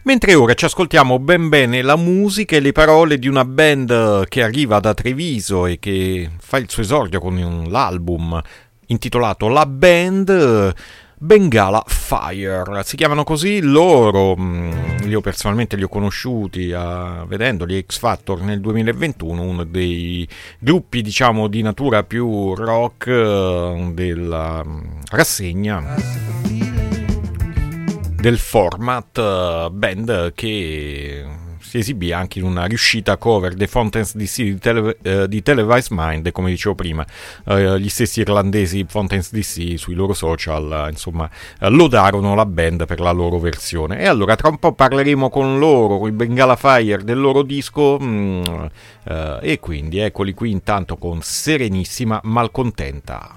Mentre ora ci ascoltiamo ben bene la musica e le parole di una band che arriva da Treviso e che fa il suo esordio con l'album intitolato La Band, Bengala Fire. Si chiamano così loro. Io personalmente li ho conosciuti vedendoli X Factor nel 2021, uno dei gruppi diciamo di natura più rock della rassegna del format band che si esibì anche in una riuscita cover dei Fountains DC di Televised Mind, e come dicevo prima gli stessi irlandesi Fountains DC sui loro social insomma lodarono la band per la loro versione. E allora tra un po' parleremo con loro, con i Bengala Fire, del loro disco e quindi eccoli qui intanto con Serenissima Malcontenta.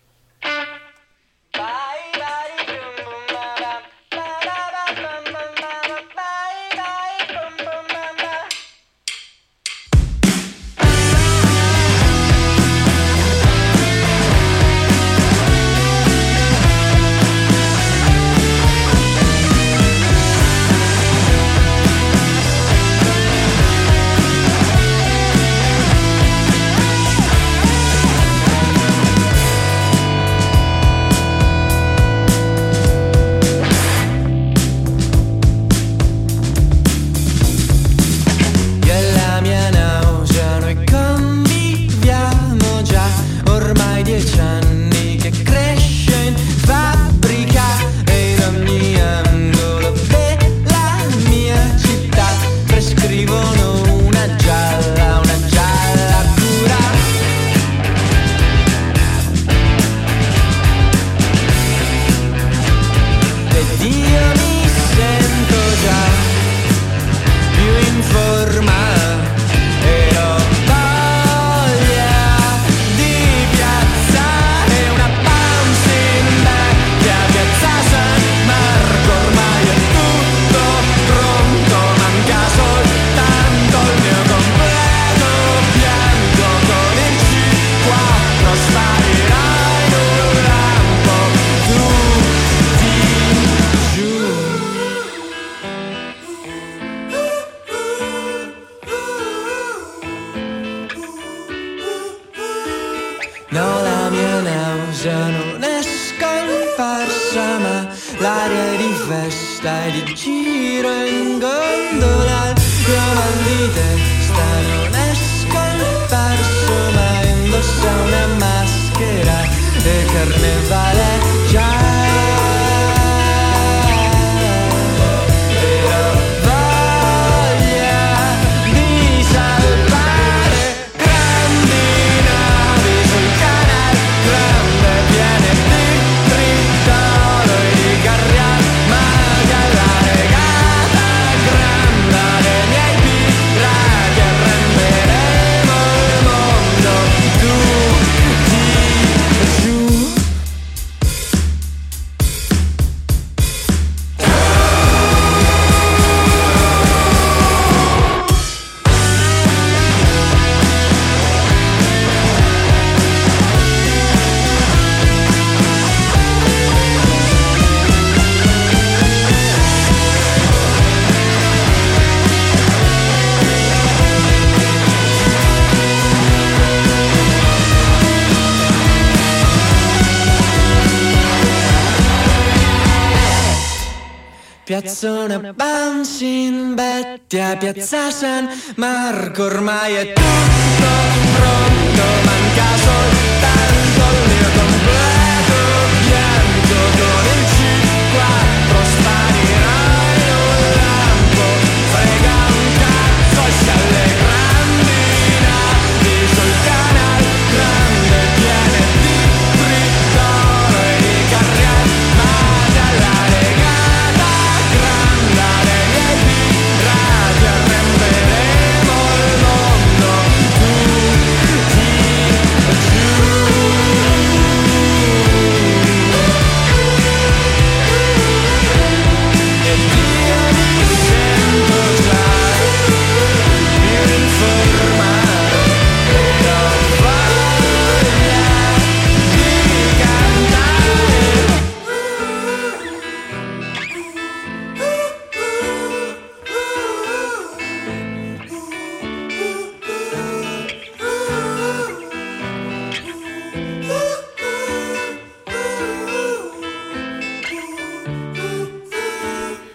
Piazzone Bouncing Betty a Piazza San Marco, ormai è tutto pronto, manca soltanto il mio completo bianco con il C4 sparirà in un lampo, frega un cazzo se alle grandi navi sul canal grande piene di britolo e di carriere, ma dalla regata arrenderemo il mondo tutti giù.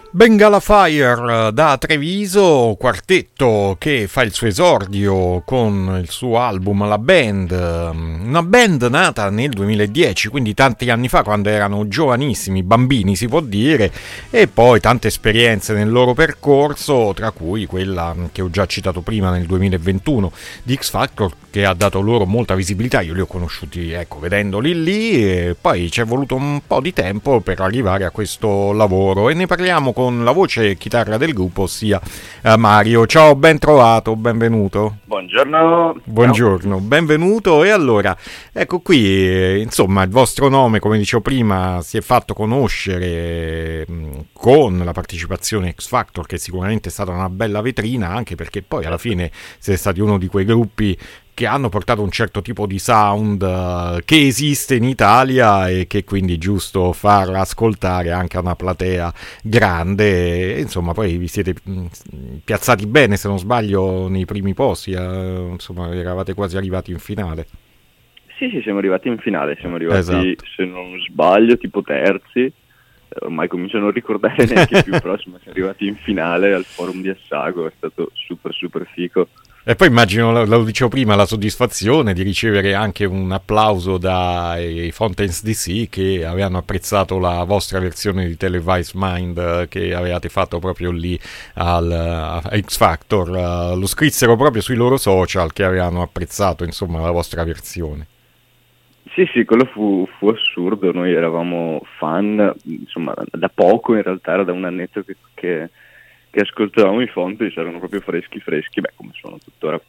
Bengala Fire da Treviso, quartetto che fa il suo esordio con il suo album La Band, una band nata nel 2010, quindi tanti anni fa, quando erano giovanissimi, bambini si può dire, e poi tante esperienze nel loro percorso, tra cui quella che ho già citato prima nel 2021 di X Factor, che ha dato loro molta visibilità. Io li ho conosciuti, ecco, vedendoli lì, e poi ci è voluto un po' di tempo per arrivare a questo lavoro, e ne parliamo con la voce e chitarra del gruppo, ossia Mario. Ciao, ben trovato, benvenuto. Buongiorno. Buongiorno, ciao. Benvenuto. E allora, ecco qui, insomma, il vostro nome, come dicevo prima, si è fatto conoscere con la partecipazione X Factor, che sicuramente è stata una bella vetrina, anche perché poi alla fine siete stati uno di quei gruppi che hanno portato un certo tipo di sound che esiste in Italia e che quindi è giusto far ascoltare anche a una platea grande. E, insomma, poi vi siete piazzati bene, se non sbaglio, nei primi posti, insomma, eravate quasi arrivati in finale. Sì, siamo arrivati in finale, siamo arrivati, esatto, se non sbaglio, tipo terzi, ormai comincio a non ricordare neanche più, però siamo arrivati in finale al Forum di Assago, è stato super fico. E poi immagino, lo dicevo prima, la soddisfazione di ricevere anche un applauso dai Fountains DC, che avevano apprezzato la vostra versione di Televised Mind che avevate fatto proprio lì a X Factor. Lo scrissero proprio sui loro social che avevano apprezzato, insomma, la vostra versione. Sì, quello fu assurdo, noi eravamo fan, insomma, da poco, in realtà era da un annetto che ascoltavamo i Fountains, erano proprio freschi, beh, come sono tuttora,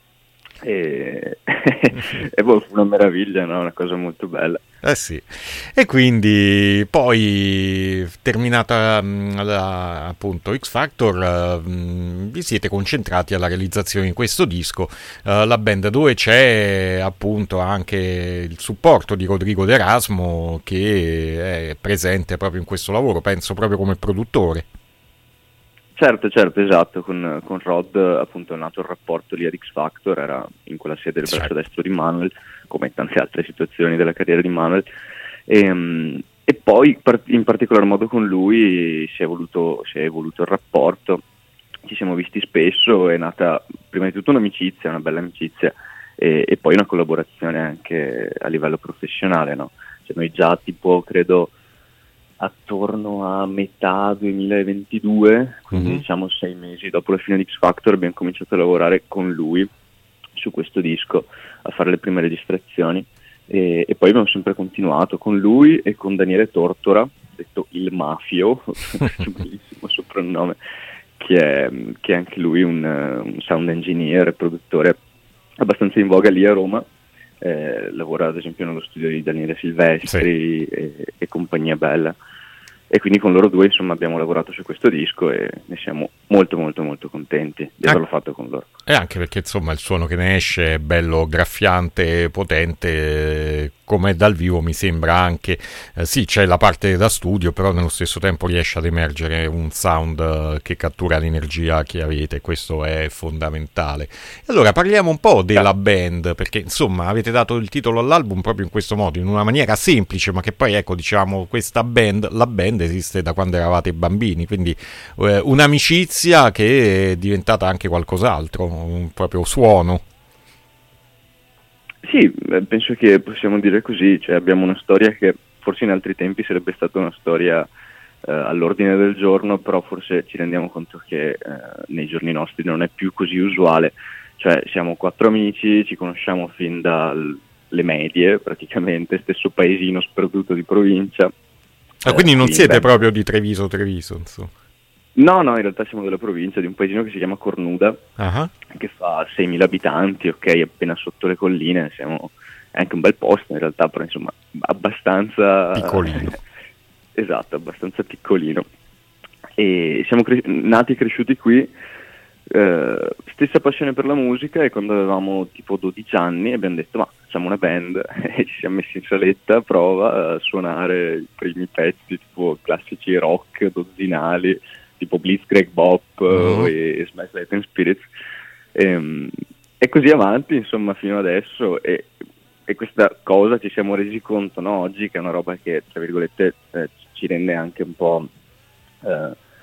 e fu una meraviglia, no? Una cosa molto bella. Sì, e quindi poi terminata appunto X Factor, vi siete concentrati alla realizzazione di questo disco, la band, dove c'è appunto anche il supporto di Rodrigo D'Erasmo, che è presente proprio in questo lavoro, penso proprio come produttore. Certo, esatto, con Rod appunto è nato il rapporto lì ad X Factor, era in quella sede del braccio destro di Manuel, come in tante altre situazioni della carriera di Manuel, e poi in particolar modo con lui si è evoluto il rapporto, ci siamo visti spesso, è nata prima di tutto un'amicizia, una bella amicizia, e poi una collaborazione anche a livello professionale, no? Cioè noi già tipo credo attorno a metà 2022, quindi diciamo 6 mesi dopo la fine di X Factor, abbiamo cominciato a lavorare con lui su questo disco, a fare le prime registrazioni, e poi abbiamo sempre continuato con lui e con Daniele Tortora, detto il Mafio, un bellissimo soprannome, che è anche lui un sound engineer e produttore abbastanza in voga lì a Roma. Lavora ad esempio nello studio di Daniele Silvestri, sì, e compagnia bella, e quindi con loro due insomma abbiamo lavorato su questo disco e ne siamo molto contenti di averlo fatto con loro. E anche perché insomma il suono che ne esce è bello graffiante, potente, come dal vivo mi sembra anche, sì, c'è la parte da studio, però nello stesso tempo riesce ad emergere un sound che cattura l'energia che avete, questo è fondamentale. E allora parliamo un po' della band, perché insomma avete dato il titolo all'album proprio in questo modo, in una maniera semplice, ma che poi, ecco, diciamo, questa band, la band esiste da quando eravate bambini, quindi un'amicizia che è diventata anche qualcos'altro, un proprio suono. Sì, penso che possiamo dire così, cioè abbiamo una storia che forse in altri tempi sarebbe stata una storia all'ordine del giorno, però forse ci rendiamo conto che nei giorni nostri non è più così usuale, cioè siamo 4 amici, ci conosciamo fin dalle medie praticamente, stesso paesino sperduto di provincia. Quindi non siete proprio di Treviso, insomma. No, in realtà siamo della provincia, di un paesino che si chiama Cornuda, che fa 6.000 abitanti, ok, appena sotto le colline, è anche un bel posto in realtà, però insomma abbastanza piccolino. Esatto, abbastanza piccolino. E siamo nati e cresciuti qui, stessa passione per la musica, e quando avevamo tipo 12 anni abbiamo detto ma facciamo una band e ci siamo messi in saletta a prova a suonare i primi pezzi tipo classici rock dozzinali tipo Blitzkrieg Bop e Smash Latin Spirits, e così avanti insomma fino adesso, e questa cosa ci siamo resi conto, no, oggi, che è una roba che tra virgolette ci rende anche un po'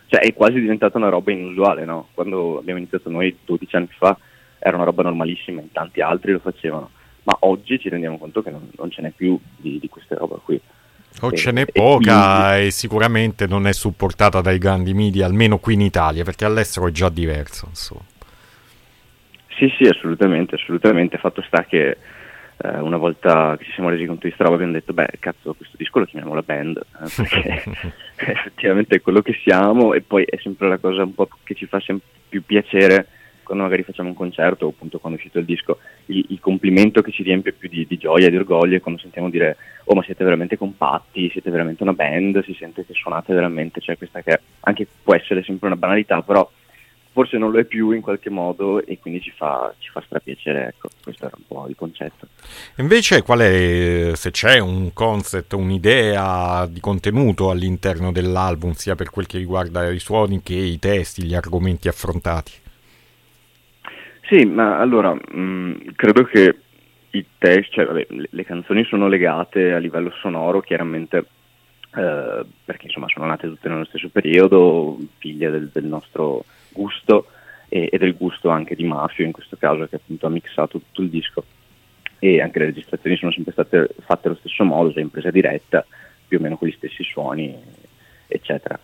cioè è quasi diventata una roba inusuale, no? Quando abbiamo iniziato noi 12 anni fa era una roba normalissima, in tanti altri lo facevano, ma oggi ci rendiamo conto che non ce n'è più di queste robe qui. O ce n'è poca e sicuramente non è supportata dai grandi media, almeno qui in Italia, perché all'estero è già diverso, insomma. Sì, assolutamente. Fatto sta che una volta che ci siamo resi conto di sta roba abbiamo detto, cazzo, questo disco lo chiamiamo La Band, perché effettivamente è quello che siamo, e poi è sempre la cosa un po' che ci fa sempre più piacere quando magari facciamo un concerto o appunto quando è uscito il disco, il complimento che ci riempie più di gioia, di orgoglio, è quando sentiamo dire oh, ma siete veramente compatti, siete veramente una band, si sente che suonate veramente, cioè questa che anche può essere sempre una banalità, però forse non lo è più in qualche modo, e quindi ci fa strapiacere, ecco, questo era un po' il concetto. Invece qual è, se c'è un concept, un'idea di contenuto all'interno dell'album, sia per quel che riguarda i suoni che i testi, gli argomenti affrontati? Sì, ma allora, credo che i testi, cioè le canzoni sono legate a livello sonoro, chiaramente, perché insomma sono nate tutte nello stesso periodo, figlie del nostro gusto e del gusto anche di Mafio in questo caso, che appunto ha mixato tutto il disco, e anche le registrazioni sono sempre state fatte allo stesso modo, cioè in presa diretta, più o meno con gli stessi suoni, eccetera.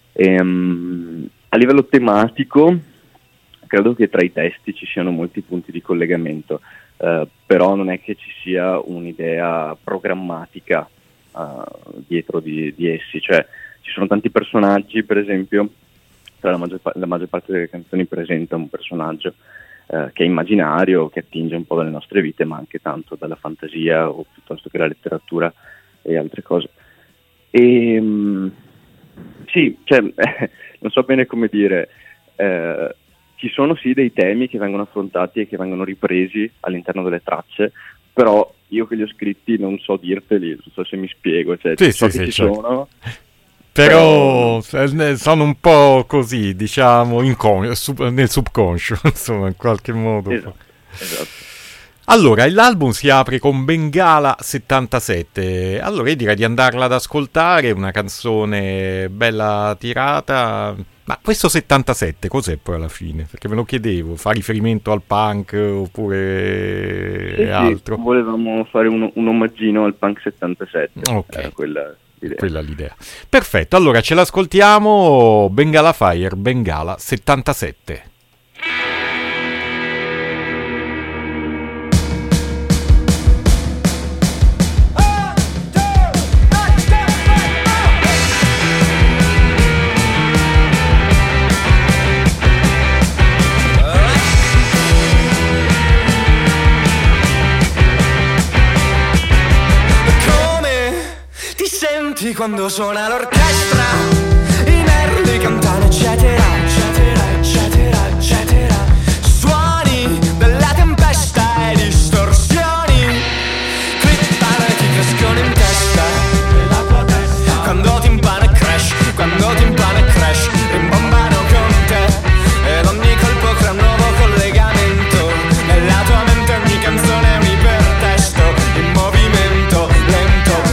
A livello tematico credo che tra i testi ci siano molti punti di collegamento, però non è che ci sia un'idea programmatica dietro di essi, cioè ci sono tanti personaggi, per esempio la maggior parte delle canzoni presenta un personaggio che è immaginario, che attinge un po' dalle nostre vite, ma anche tanto dalla fantasia o piuttosto che la letteratura e altre cose. E sì, cioè non so bene come dire, ci sono sì dei temi che vengono affrontati e che vengono ripresi all'interno delle tracce, però io che li ho scritti non so dirteli, non so se mi spiego, cioè sì, so sì, che sì, ci certo. sono. Però sono un po' così, diciamo, nel subconscio, insomma, in qualche modo. Esatto. Allora, l'album si apre con Bengala 77, allora io direi di andarla ad ascoltare, una canzone bella tirata, ma questo 77 cos'è poi alla fine? Perché me lo chiedevo, fa riferimento al punk oppure altro? Sì, volevamo fare un omaggino al punk 77, ok. Era quella l'idea. Perfetto, allora ce l'ascoltiamo, Bengala Fire, Bengala 77. Quando suona l'orchestra, i nervi cantano eccetera, eccetera, eccetera, eccetera. Suoni della tempesta e distorsioni, crittane ti crescono in testa, nella tua testa. Quando timpano e crash, quando timpano e crash, rimbombano con te, ed ogni colpo crea un nuovo collegamento. Nella tua mente ogni canzone è un ipertesto, in movimento lento.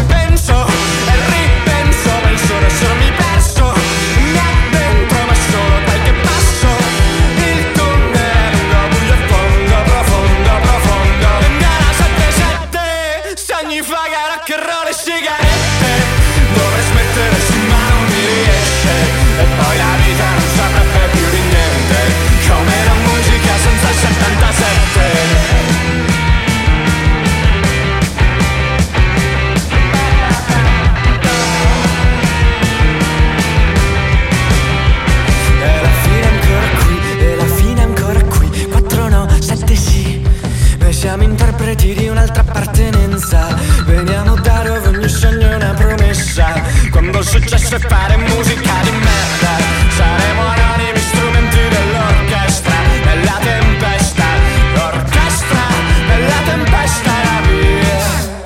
Solo mi perso, mi addentro ma solo qualche passo. Il tunnel lungo, buio e fondo, profondo, profondo. Bengala 77, sogni faga, rock and roll e sigarette. Dovrei smettere sì ma non mi riesce, e poi la vita non saprebbe più di niente, come la musica senza il 77. Siamo interpreti di un'altra appartenenza, veniamo da dove ogni sogno è una promessa. Quando il successo è fare musica di merda, saremo anonimi strumenti dell'orchestra. Nella tempesta, l'orchestra, nella tempesta la via.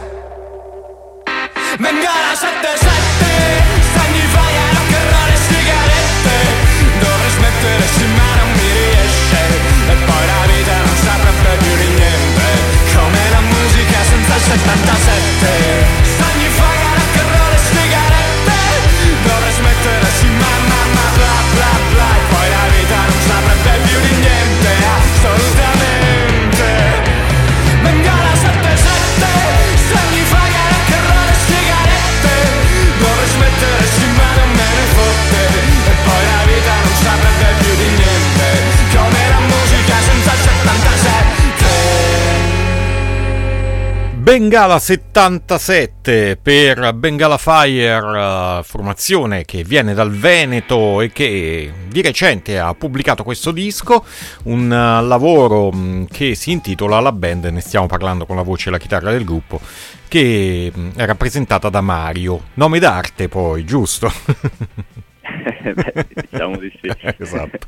Bengala 77, sogni faia, rock and roll e sigarette. Dovrei smettere sì ma non mi riesce, e poi la vita non saprebbe più di niente, come la musica senza il 77. Sogni faga, rock and roll e sigarette. Dovrei Bengala 77 per Bengala Fire, formazione che viene dal Veneto e che di recente ha pubblicato questo disco, un lavoro che si intitola La Band, ne stiamo parlando con la voce e la chitarra del gruppo, che è rappresentata da Mario, nome d'arte poi, giusto? Beh, diciamo di sì. Esatto.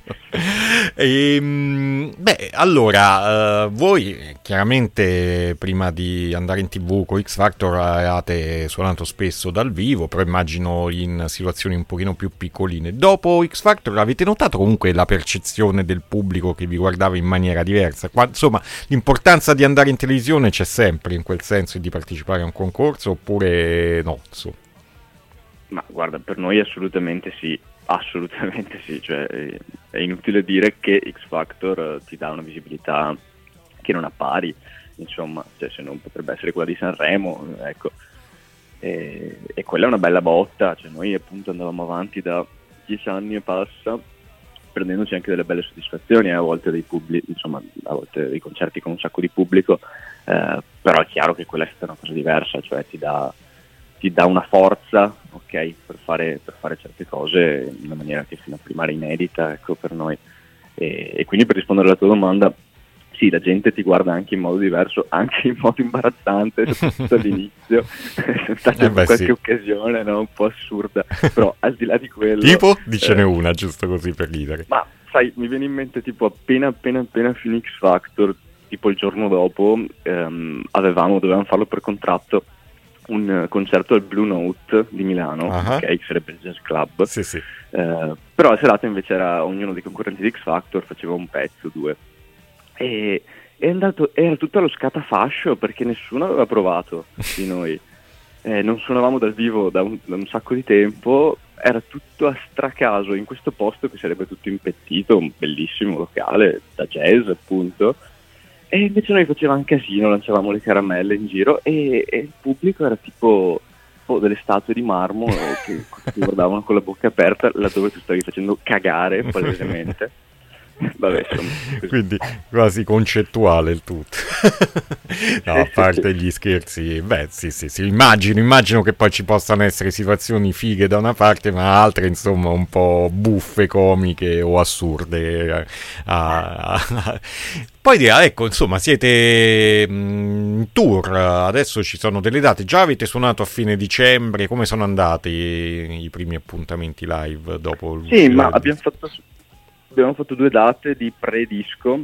Allora, voi chiaramente prima di andare in TV con X Factor avete suonato spesso dal vivo, però immagino in situazioni un pochino più piccoline. Dopo X Factor avete notato comunque la percezione del pubblico che vi guardava in maniera diversa? Insomma, l'importanza di andare in televisione c'è sempre in quel senso e di partecipare a un concorso, oppure no? Insomma. Ma guarda, per noi assolutamente sì, cioè è inutile dire che X Factor ti dà una visibilità che non ha pari, insomma, cioè, se non potrebbe essere quella di Sanremo, ecco, e quella è una bella botta, cioè noi appunto andavamo avanti da 10 anni e passa, prendendoci anche delle belle soddisfazioni, a volte dei insomma, a volte dei concerti con un sacco di pubblico, però è chiaro che quella è stata una cosa diversa, cioè ti dà una forza, ok, per fare certe cose in una maniera che fino a prima era inedita, ecco, per noi. E quindi, per rispondere alla tua domanda, sì, la gente ti guarda anche in modo diverso, anche in modo imbarazzante, soprattutto all'inizio. C'è stata qualche occasione, no, un po' assurda, però al di là di quello... Tipo? Dicene una, giusto così per ridere. Ma, sai, mi viene in mente tipo appena finì X Factor, tipo il giorno dopo, dovevamo farlo per contratto, un concerto al Blue Note di Milano, che sarebbe il Jazz Club. Sì, sì. Però la serata invece era ognuno dei concorrenti di X Factor faceva un pezzo, 2. E era tutto allo scatafascio perché nessuno aveva provato di noi. Non suonavamo dal vivo da un sacco di tempo, era tutto a stracaso in questo posto che sarebbe tutto impettito, un bellissimo locale da jazz appunto. E invece noi facevamo un casino, lanciavamo le caramelle in giro e il pubblico era tipo delle statue di marmo che ti guardavano con la bocca aperta laddove tu stavi facendo cagare palesemente. Vabbè, quindi quasi concettuale il tutto. No, a parte gli scherzi, beh sì, immagino che poi ci possano essere situazioni fighe da una parte, ma altre insomma un po' buffe, comiche o assurde. Poi ecco, insomma, siete in tour, adesso ci sono delle date, già avete suonato a fine dicembre, come sono andati i primi appuntamenti live dopo? Sì, ma abbiamo fatto 2 date di pre-disco.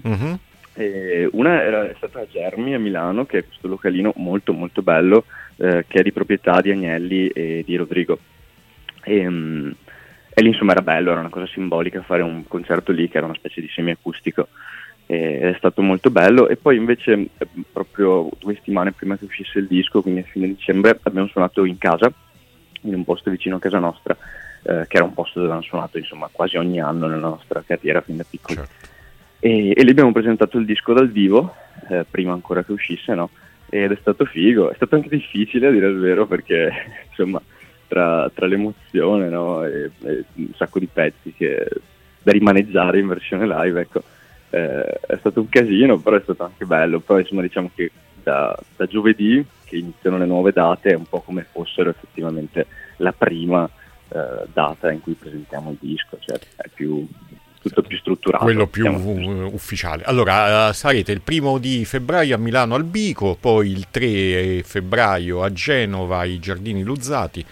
Una è stata a Germi a Milano, che è questo localino molto molto bello, che è di proprietà di Agnelli e di Rodrigo, e lì insomma era bello, era una cosa simbolica fare un concerto lì che era una specie di semiacustico, è stato molto bello. E poi invece proprio 2 settimane prima che uscisse il disco, quindi a fine dicembre, abbiamo suonato in casa, in un posto vicino a casa nostra, che era un posto dove hanno suonato insomma quasi ogni anno nella nostra carriera fin da piccoli. Certo. E lì abbiamo presentato il disco dal vivo, prima ancora che uscisse, no? Ed è stato figo, è stato anche difficile a dire il vero, perché insomma tra l'emozione, no? e un sacco di pezzi da rimaneggiare in versione live, ecco, è stato un casino, però è stato anche bello. Poi insomma diciamo che da giovedì che iniziano le nuove date è un po' come fossero effettivamente la prima data in cui presentiamo il disco, cioè è tutto più strutturato, quello più ufficiale. Allora sarete il 1 di febbraio a Milano al Bico, poi il 3 febbraio a Genova ai Giardini Luzzati,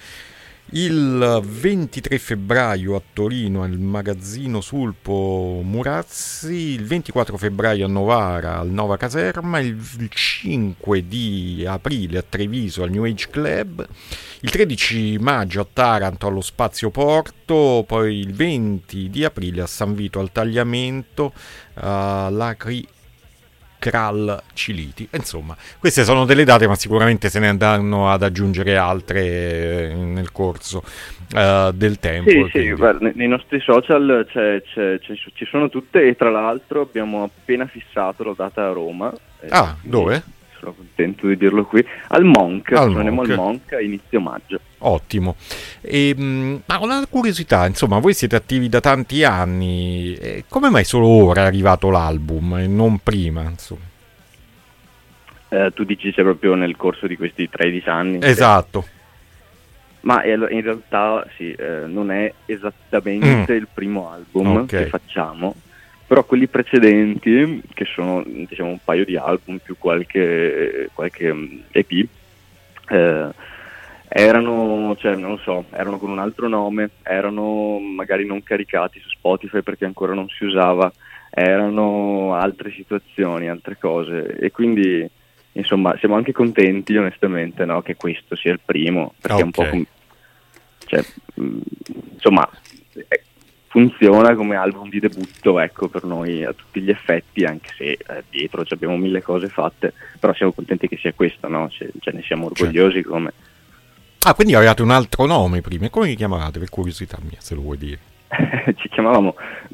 il 23 febbraio a Torino al Magazzino Sulpo Murazzi, il 24 febbraio a Novara al Nova Caserma, il 5 di aprile a Treviso al New Age Club, il 13 maggio a Taranto allo Spazio Porto, poi il 20 di aprile a San Vito al Tagliamento, Lacri Kral Ciliti. Insomma, queste sono delle date, ma sicuramente se ne andranno ad aggiungere altre nel corso del tempo. Sì, guarda, nei nostri social ci sono tutte, e tra l'altro abbiamo appena fissato la data a Roma. Dove? Sono contento di dirlo qui, al Monk, suoneremo al Monk a inizio maggio. Ottimo. Ma una curiosità, insomma, voi siete attivi da tanti anni, come mai solo ora è arrivato l'album e non prima, insomma? Tu dici c'è proprio nel corso di questi 13 anni? Esatto. Ma in realtà sì, non è esattamente il primo album che facciamo, però quelli precedenti, che sono diciamo un paio di album più qualche EP, erano, cioè non lo so, erano con un altro nome, erano magari non caricati su Spotify perché ancora non si usava, erano altre situazioni, altre cose, e quindi insomma siamo anche contenti onestamente, no, che questo sia il primo, perché è un po' cioè, insomma funziona come album di debutto, ecco, per noi a tutti gli effetti, anche se dietro abbiamo 1000 cose fatte, però siamo contenti che sia questo, no? Cioè, ne siamo orgogliosi come. Ah, quindi avevate un altro nome prima, come vi chiamavate, per curiosità mia, se lo vuoi dire? Ci chiamavamo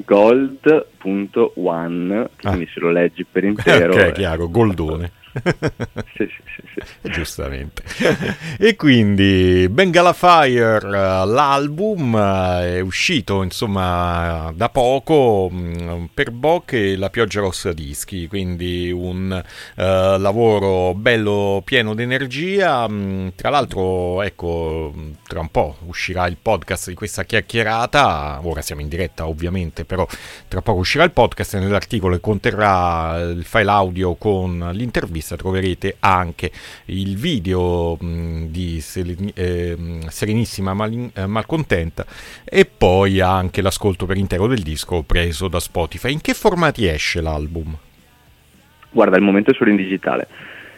Gold.One, quindi se lo leggi per intero. Ok, chiaro, Goldone. Sì. Giustamente. E quindi Bengala Fire, l'album è uscito insomma da poco per Bocche e La Pioggia Rossa Dischi, quindi un lavoro bello pieno di energia. Tra l'altro, ecco, tra un po' uscirà il podcast di questa chiacchierata, ora siamo in diretta ovviamente, però tra poco uscirà il podcast e nell'articolo che conterrà il file audio con l'intervista troverete anche il video di Serenissima Malcontenta e poi anche l'ascolto per intero del disco preso da Spotify. In che formati esce l'album? Guarda, al momento è solo in digitale.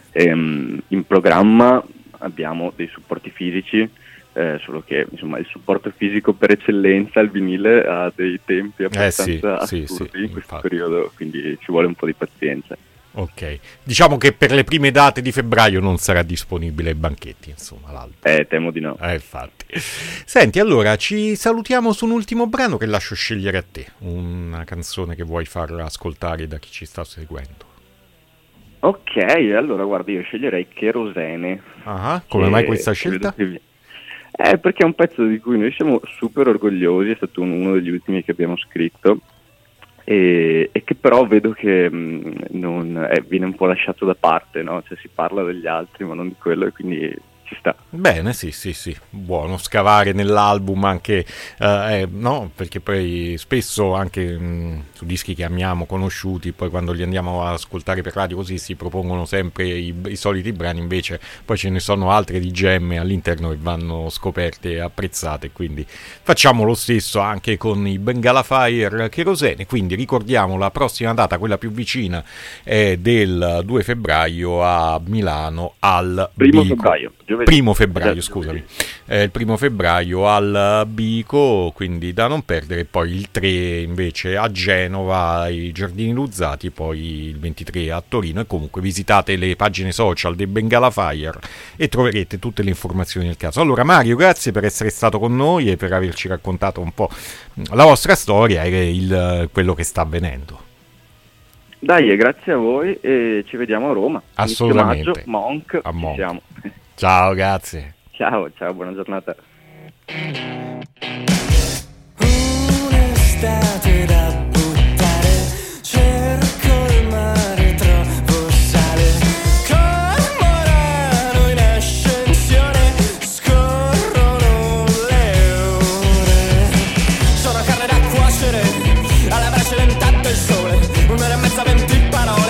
In programma abbiamo dei supporti fisici, solo che insomma il supporto fisico per eccellenza, il vinile, ha dei tempi abbastanza assurdi in questo periodo, quindi ci vuole un po' di pazienza. Ok, diciamo che per le prime date di febbraio non sarà disponibile ai banchetti, insomma, l'album. Temo di no. Infatti. Senti, allora, ci salutiamo su un ultimo brano che lascio scegliere a te, una canzone che vuoi far ascoltare da chi ci sta seguendo. Ok, allora guarda, io sceglierei Cherosene. Come mai questa scelta? Perché è un pezzo di cui noi siamo super orgogliosi, è stato uno degli ultimi che abbiamo scritto. E che però vedo che viene un po' lasciato da parte, no? Cioè si parla degli altri ma non di quello, e quindi ci sta. Bene, sì, buono scavare nell'album anche, no? Perché poi spesso anche su dischi che amiamo, conosciuti, poi quando li andiamo a ascoltare per radio così si propongono sempre i soliti brani, invece poi ce ne sono altre di gemme all'interno che vanno scoperte e apprezzate, quindi facciamo lo stesso anche con i Bengala Fire Cherosene. Quindi ricordiamo la prossima data, quella più vicina, è del 2 febbraio a Milano al Primo febbraio, scusami. Il 1 febbraio al Bico, quindi da non perdere. Poi il 3 invece a Genova, ai Giardini Luzzati, poi il 23 a Torino. E comunque visitate le pagine social dei Bengala Fire e troverete tutte le informazioni nel caso. Allora Mario, grazie per essere stato con noi e per averci raccontato un po' la vostra storia e quello che sta avvenendo. Dai, grazie a voi e ci vediamo a Roma. Assolutamente. Monk, a Monk. Siamo. Ciao, grazie. Ciao, buona giornata. Un'estate da buttare, cerco il mare, trovo sale, cormorano in ascensione, scorrono le ore. Sono carne da cuocere, alla brace intatto il sole, 1 ora e mezza, 20 parole.